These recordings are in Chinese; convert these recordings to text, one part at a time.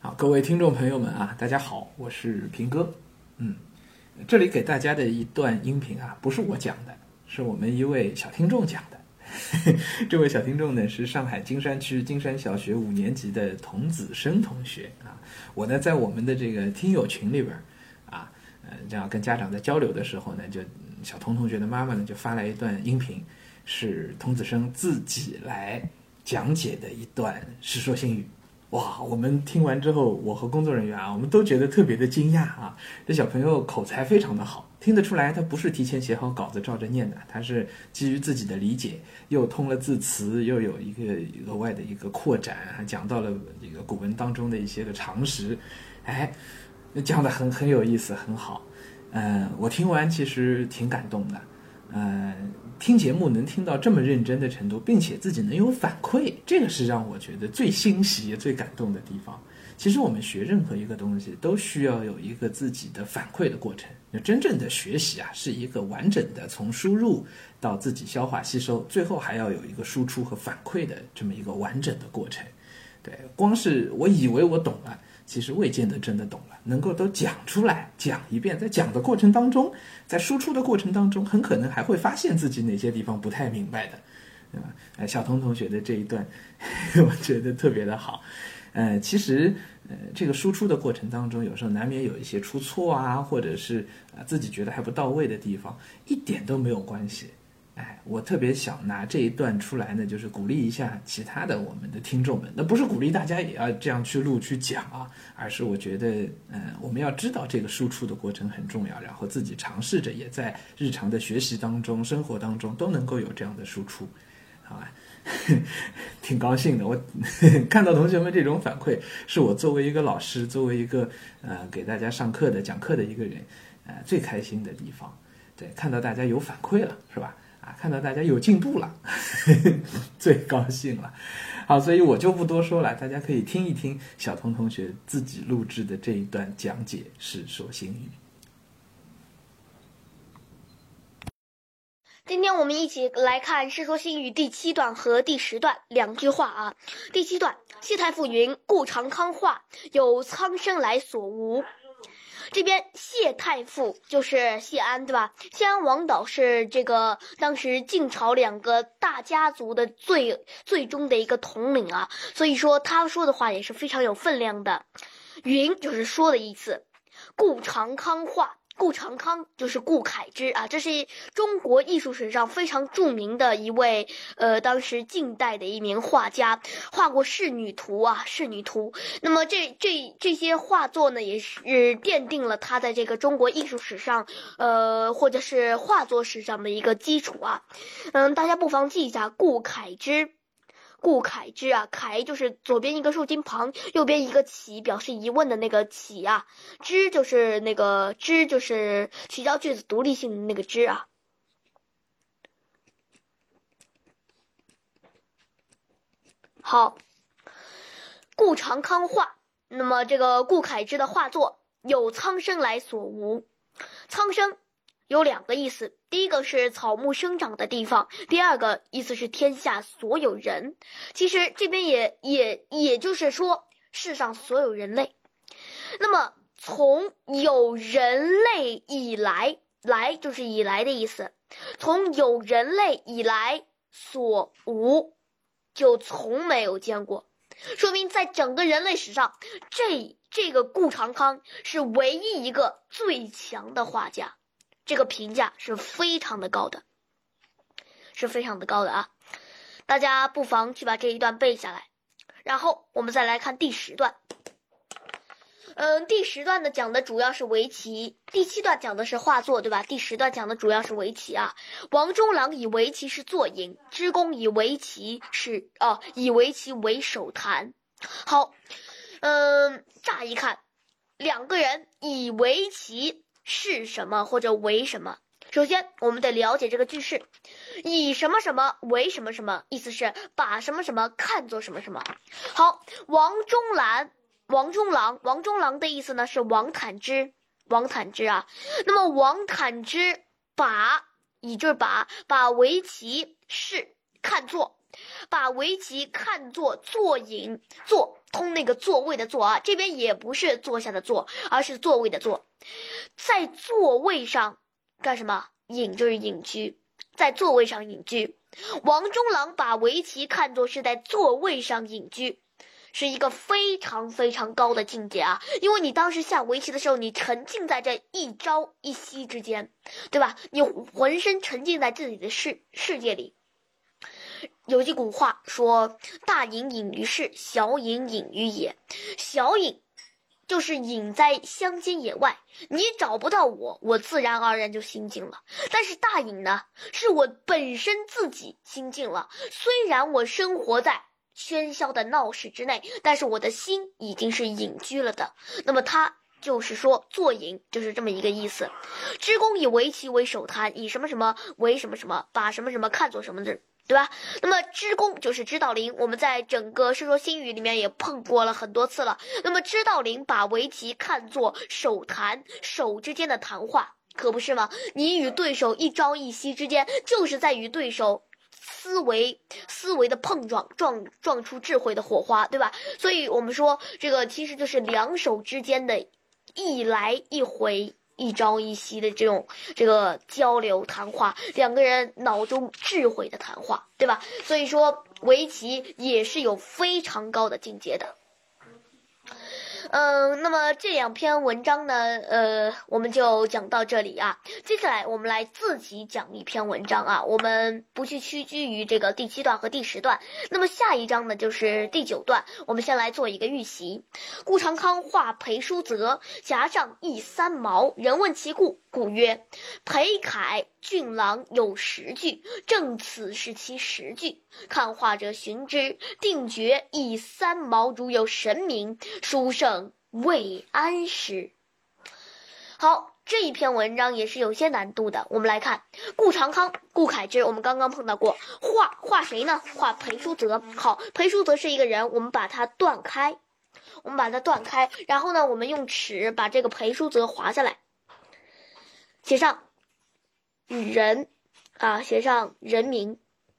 好，各位听众朋友们啊，大家好，我是平哥。这里给大家的一段音频啊，不是我讲的，是我们一位小听众讲的。这位小听众呢是上海金山区金山小学5年级的童子生同学啊。我呢在我们的这个听友群里边啊，这样跟家长在交流的时候呢，就小童同学的妈妈呢就发来一段音频，是童子生自己来讲解的一段《世说新语》。哇，我们听完之后，我和工作人员啊，我们都觉得特别的惊讶啊！这小朋友口才非常的好，听得出来他不是提前写好稿子照着念的，他是基于自己的理解，又通了字词，又有一个额外的一个扩展，还讲到了这个古文当中的一些个常识，讲得很有意思，很好。我听完其实挺感动的。听节目能听到这么认真的程度，并且自己能有反馈，这个是让我觉得最欣喜也最感动的地方。其实我们学任何一个东西都需要有一个自己的反馈的过程。真正的学习啊，是一个完整的从输入到自己消化吸收，最后还要有一个输出和反馈的这么一个完整的过程。对，光是我以为我懂了，其实未见得真的懂了，能够都讲出来，讲一遍，在讲的过程当中，在输出的过程当中，很可能还会发现自己哪些地方不太明白的，对吧？小童同学的这一段，我觉得特别的好。其实这个输出的过程当中，有时候难免有一些出错啊，或者是自己觉得还不到位的地方，一点都没有关系。我特别想拿这一段出来呢，就是鼓励一下其他的我们的听众们。那不是鼓励大家也要这样去录去讲啊，而是我觉得，我们要知道这个输出的过程很重要，然后自己尝试着也在日常的学习当中、生活当中都能够有这样的输出，好吧？挺高兴的，我看到同学们这种反馈，是我作为一个老师，作为一个给大家上课的、讲课的一个人，最开心的地方。对，看到大家有反馈了，是吧？看到大家有进步了，最高兴了。好，所以我就不多说了，大家可以听一听小童同学自己录制的这一段讲解《世说新语》。 今天我们一起来看《世说新语》第7段和第10段2句话啊。第7段，谢太傅云：“故长康话，有苍生来所无。”这边谢太傅就是谢安，对吧？谢安王导是这个当时晋朝2个大家族的最终的一个统领啊，所以说他说的话也是非常有分量的。云就是说的意思，故长康话。顾长康就是顾恺之啊，这是中国艺术史上非常著名的一位当时近代的一名画家，画过仕女图啊，仕女图。那么这些画作呢，也是奠定了他在这个中国艺术史上或者是画作史上的一个基础啊。大家不妨记一下顾恺之。顾恺之啊，恺就是左边一个竖心旁，右边一个起，表示疑问的那个起啊。之就是那个之，就是去掉句子独立性的那个之啊。好，顾长康画，那么这个顾恺之的画作有苍生来所无。苍生有2个意思，第一个是草木生长的地方，第二个意思是天下所有人。其实这边也就是说世上所有人类。那么从有人类以来，来就是以来的意思，从有人类以来所无，就从没有见过，说明在整个人类史上，这个顾长康是唯一一个最强的画家。这个评价是非常的高的，是非常的高的啊！大家不妨去把这一段背下来，然后我们再来看第10段。第10段呢讲的主要是围棋，第7段讲的是画作，对吧？第10段讲的主要是围棋啊。王中郎以围棋是作引，知公以围棋为手谈。好，乍一看，2个人以围棋是什么或者为什么？首先我们得了解这个句式，以什么什么为什么什么，意思是把什么什么看作什么什么。好，王中郎的意思呢是王坦之啊。那么王坦之把围棋是看作，把围棋看作作引， 通那个座位的座啊，这边也不是坐下的坐，而是座位的座。在座位上干什么？隐就是隐居，在座位上隐居。王中郎把围棋看作是在座位上隐居，是一个非常非常高的境界啊！因为你当时下围棋的时候，你沉浸在这一朝一夕之间，对吧？你浑身沉浸在自己的世界里。有句古话说：“大隐隐于市，小隐隐于野。”小隐就是隐在乡间野外，你找不到我，我自然而然就心静了。但是大隐呢，是我本身自己心静了。虽然我生活在喧嚣的闹市之内，但是我的心已经是隐居了的。那么它就是说坐隐就是这么一个意思。知公以围棋为首谈，以什么什么为什么什么，把什么什么看作什么的，对吧？那么知公就是知道灵，我们在整个《世说新语》里面也碰过了很多次了。那么知道灵把围棋看作手谈，手之间的谈话，可不是吗？你与对手一朝一夕之间，就是在与对手思维的碰撞，撞出智慧的火花，对吧？所以我们说这个其实就是两手之间的一来一回，一朝一夕的这个交流谈话，两个人脑中智慧的谈话，对吧？所以说围棋也是有非常高的境界的。那么这两篇文章呢，我们就讲到这里啊。接下来我们来自己讲一篇文章啊，我们不去屈居于这个第7段和第10段。那么下一章呢，就是第9段，我们先来做一个预习。顾长康画裴叔泽，颊上一三毛，人问其故，故曰：裴楷俊朗有10句，正此是其10句。看画者寻之，定觉一三毛如有神明，书圣未安时。好，这一篇文章也是有些难度的。我们来看顾长康、顾恺之，我们刚刚碰到过。画谁呢？画裴叔泽。好，裴叔泽是一个人，我们把它断开，然后呢，我们用尺把这个裴叔泽划下来，写上人啊，写上人名。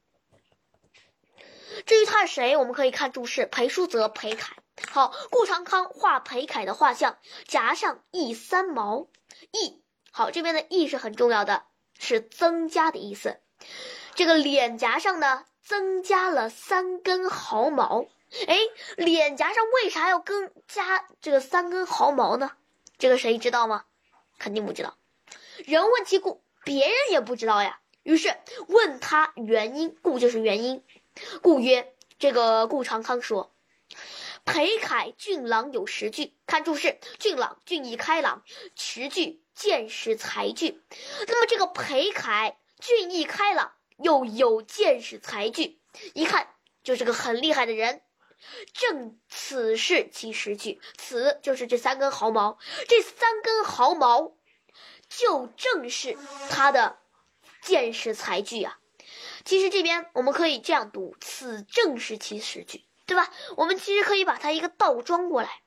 至于他是谁，我们可以看注释：裴叔泽、裴楷。好，顾长康画裴楷的画像，颊上一三毛，一，好，这边的一是很重要的，是增加的意思。这个脸颊上呢，增加了3根毫毛。脸颊上为啥要加这个3根毫毛呢？这个谁知道吗？肯定不知道。人问其故，别人也不知道呀。于是问他原因，故就是原因。故曰，这个顾长康说：裴楷俊朗有10句，看注释：俊朗，俊逸开朗；10句，见识才具。那么这个裴楷俊逸开朗，又有见识才具，一看就是个很厉害的人。正此是其10句，此就是这3根毫毛，这3根毫毛就正是他的见识才具啊。其实这边我们可以这样读：此正是其10句，对吧？我们其实可以把它一个倒装过来。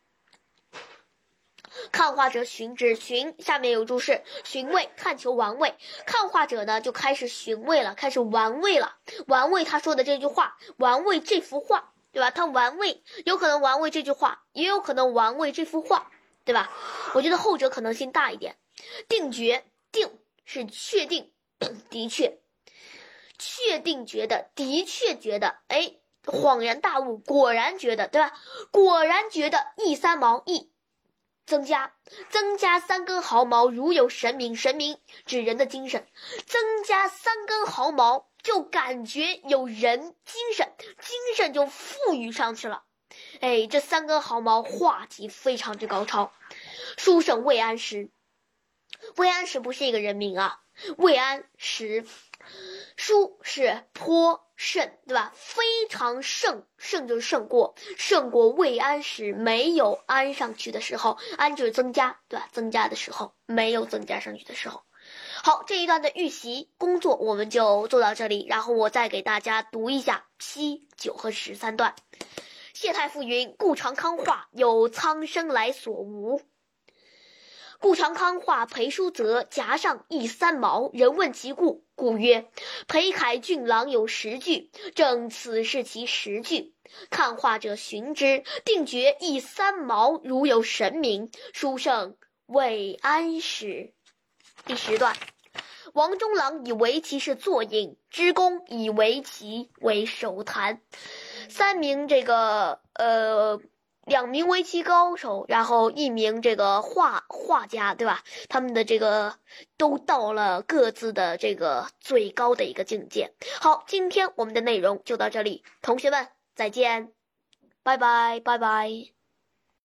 看画者寻之，寻下面有注释：寻味，看求玩味。看画者呢就开始寻味了，开始玩味了。玩味他说的这句话，玩味这幅画，对吧？他玩味，有可能玩味这句话，也有可能玩味这幅画，对吧？我觉得后者可能性大一点。定觉，定是确定，的确，确定觉得，的确觉得，恍然大悟，果然觉得，对吧？果然觉得一三毛，一增加3根毫毛，如有神明，神明指人的精神，增加3根毫毛就感觉有人精神就富裕上去了。这3根毫毛画技非常之高超。书圣未安时，未安时不是一个人名啊，未安时，书是颇胜，对吧？非常胜，胜就是胜过未安时，没有安上去的时候，安就是增加，对吧？增加的时候，没有增加上去的时候。好，这一段的预习工作我们就做到这里，然后我再给大家读一下7、9和13段。谢太傅云：顾长康画，有苍生来所无。 顾长康画裴叔泽颊上一三毛，人问其故，故曰：裴楷俊郎有10句，正此是其10句。看画者寻之，定觉一三毛如有神明，书圣未安时。第10段，王中郎以围棋是作引，支公以围棋为手谈。2名围棋高手，然后1名这个画家，对吧？他们的这个都到了各自的这个最高的一个境界。好，今天我们的内容就到这里，同学们再见，拜拜拜拜。